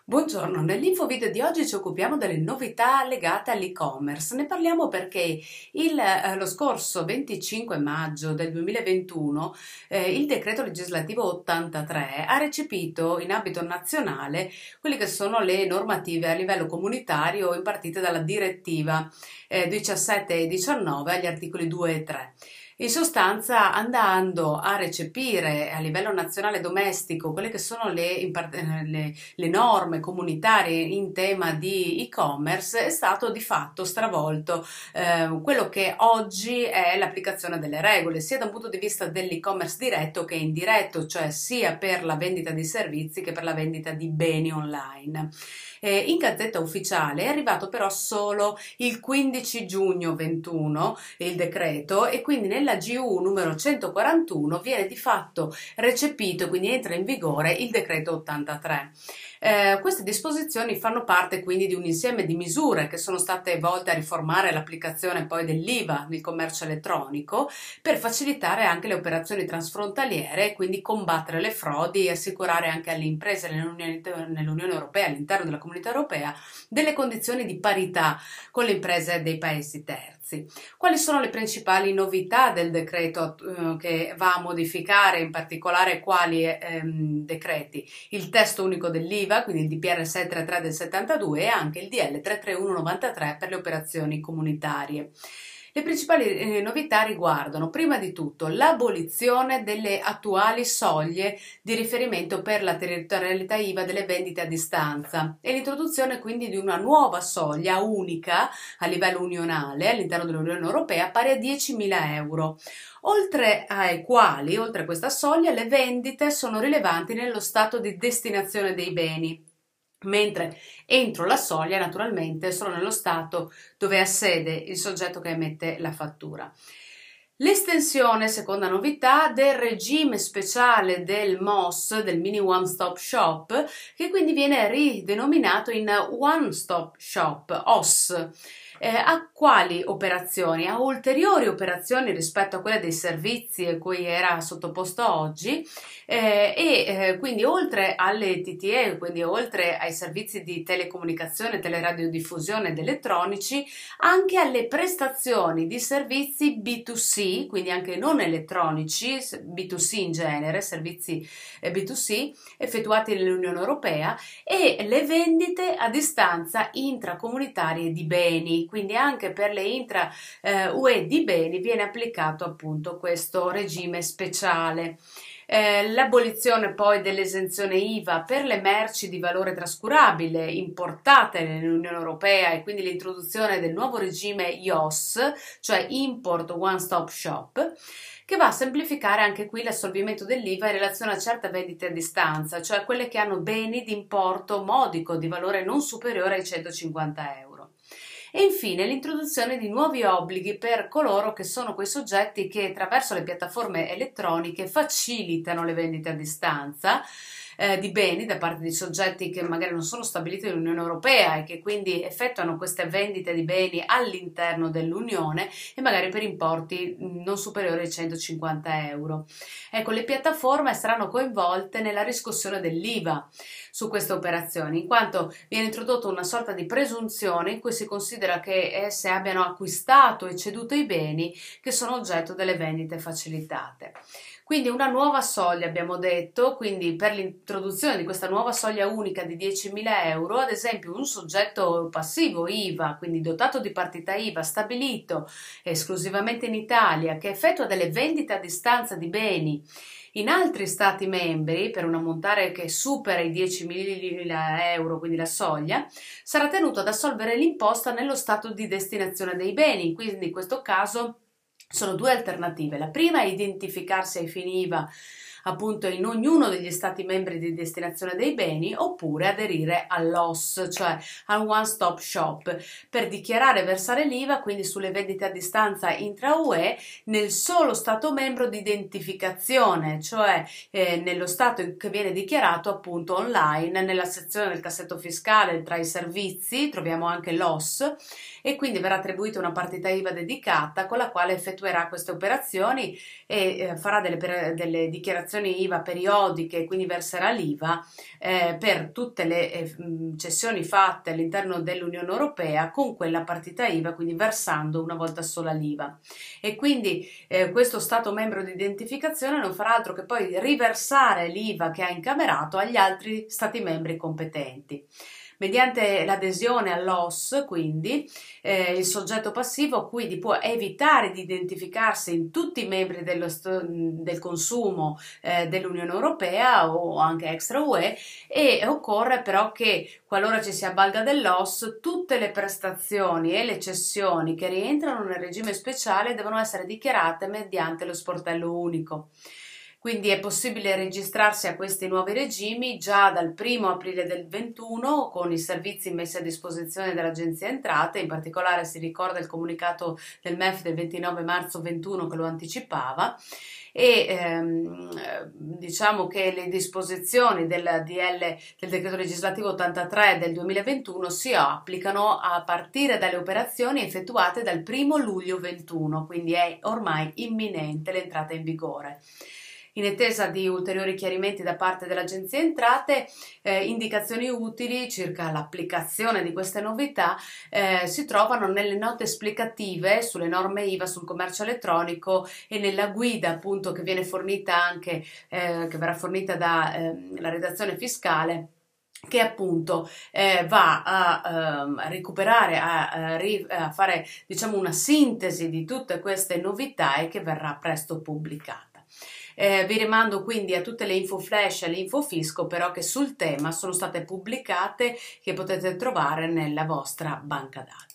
Buongiorno, nell'info video di oggi ci occupiamo delle novità legate all'e-commerce. Ne parliamo perché lo scorso 25 maggio del 2021 il decreto legislativo 83 ha recepito in ambito nazionale quelle che sono le normative a livello comunitario impartite dalla direttiva 17 e 19 agli articoli 2 e 3. In sostanza, andando a recepire a livello nazionale domestico quelle che sono le norme comunitarie in tema di e-commerce, è stato di fatto stravolto quello che oggi è l'applicazione delle regole, sia da un punto di vista dell'e-commerce diretto che indiretto, cioè sia per la vendita di servizi che per la vendita di beni online. In Gazzetta Ufficiale è arrivato però solo il 15 giugno 21 il decreto, e quindi nella GU numero 141 viene di fatto recepito e quindi entra in vigore il decreto 83. Queste disposizioni fanno parte quindi di un insieme di misure che sono state volte a riformare l'applicazione poi dell'IVA nel commercio elettronico per facilitare anche le operazioni transfrontaliere e quindi combattere le frodi e assicurare anche alle imprese nell'Unione Europea, all'interno della Comunità Europea, delle condizioni di parità con le imprese dei paesi terzi. Quali sono le principali novità del decreto che va a modificare, in particolare quali decreti? Il testo unico dell'IVA, quindi il DPR 633 del 72 e anche il DL 33193 per le operazioni comunitarie. Le principali novità riguardano prima di tutto l'abolizione delle attuali soglie di riferimento per la territorialità IVA delle vendite a distanza e l'introduzione quindi di una nuova soglia unica a livello unionale all'interno dell'Unione Europea pari a 10.000 euro. Oltre a questa soglia, le vendite sono rilevanti nello stato di destinazione dei beni, mentre entro la soglia naturalmente sono nello stato dove ha sede il soggetto che emette la fattura. L'estensione, seconda novità, del regime speciale del MOS, del Mini One Stop Shop, che quindi viene ridenominato in One Stop Shop, OS. A quali operazioni? A ulteriori operazioni rispetto a quelle dei servizi a cui era sottoposto oggi, quindi oltre alle TTE, quindi oltre ai servizi di telecomunicazione, teleradiodiffusione ed elettronici, anche alle prestazioni di servizi B2C, quindi anche non elettronici, B2C in genere, servizi B2C effettuati nell'Unione Europea, e le vendite a distanza intracomunitarie di beni, quindi anche per le intra UE di beni viene applicato appunto questo regime speciale. L'abolizione poi dell'esenzione IVA per le merci di valore trascurabile importate nell'Unione Europea e quindi l'introduzione del nuovo regime IOS, cioè Import One Stop Shop, che va a semplificare anche qui l'assolvimento dell'IVA in relazione a certe vendite a distanza, cioè quelle che hanno beni di importo modico di valore non superiore ai 150 euro. E infine l'introduzione di nuovi obblighi per coloro che sono quei soggetti che attraverso le piattaforme elettroniche facilitano le vendite a distanza di beni da parte di soggetti che magari non sono stabiliti nell'Unione Europea e che quindi effettuano queste vendite di beni all'interno dell'Unione e magari per importi non superiori ai 150 euro. Ecco, le piattaforme saranno coinvolte nella riscossione dell'IVA su queste operazioni, in quanto viene introdotta una sorta di presunzione in cui si considera che esse abbiano acquistato e ceduto i beni che sono oggetto delle vendite facilitate. Quindi una nuova soglia, abbiamo detto, quindi per l'introduzione di questa nuova soglia unica di 10.000 euro, ad esempio un soggetto passivo IVA, quindi dotato di partita IVA, stabilito esclusivamente in Italia, che effettua delle vendite a distanza di beni in altri stati membri per un ammontare che supera i 10.000 euro, quindi la soglia, sarà tenuto ad assolvere l'imposta nello stato di destinazione dei beni, quindi in questo caso sono due alternative. La prima è identificarsi ai fini IVA appunto in ognuno degli stati membri di destinazione dei beni, oppure aderire all'OS, cioè al One Stop Shop, per dichiarare e versare l'IVA quindi sulle vendite a distanza intra-UE nel solo stato membro di identificazione, cioè nello stato che viene dichiarato appunto online. Nella sezione del cassetto fiscale tra i servizi troviamo anche l'OS e quindi verrà attribuita una partita IVA dedicata con la quale effettuerà queste operazioni e farà delle dichiarazioni dichiarazioni IVA periodiche, quindi verserà l'IVA per tutte le cessioni fatte all'interno dell'Unione Europea con quella partita IVA, quindi versando una volta sola l'IVA. E quindi questo Stato membro di identificazione non farà altro che poi riversare l'IVA che ha incamerato agli altri Stati membri competenti. Mediante l'adesione all'OS, quindi, il soggetto passivo quindi può evitare di identificarsi in tutti i membri del consumo dell'Unione Europea o anche extra UE, e occorre però che, qualora ci si avvalga dell'OS, tutte le prestazioni e le cessioni che rientrano nel regime speciale devono essere dichiarate mediante lo sportello unico. Quindi è possibile registrarsi a questi nuovi regimi già dal 1 aprile del 21 con i servizi messi a disposizione dall'Agenzia Entrate. In particolare si ricorda il comunicato del MEF del 29 marzo 21 che lo anticipava, e diciamo che le disposizioni del decreto legislativo 83 del 2021 si applicano a partire dalle operazioni effettuate dal 1 luglio 21, quindi è ormai imminente l'entrata in vigore. In attesa di ulteriori chiarimenti da parte dell'Agenzia Entrate, indicazioni utili circa l'applicazione di queste novità si trovano nelle note esplicative sulle norme IVA sul commercio elettronico e nella guida appunto che viene fornita anche, che verrà fornita dalla redazione fiscale, che appunto va a recuperare, a fare diciamo una sintesi di tutte queste novità e che verrà presto pubblicata. Vi rimando quindi a tutte le info flash e l'info fisco però che sul tema sono state pubblicate, che potete trovare nella vostra banca dati.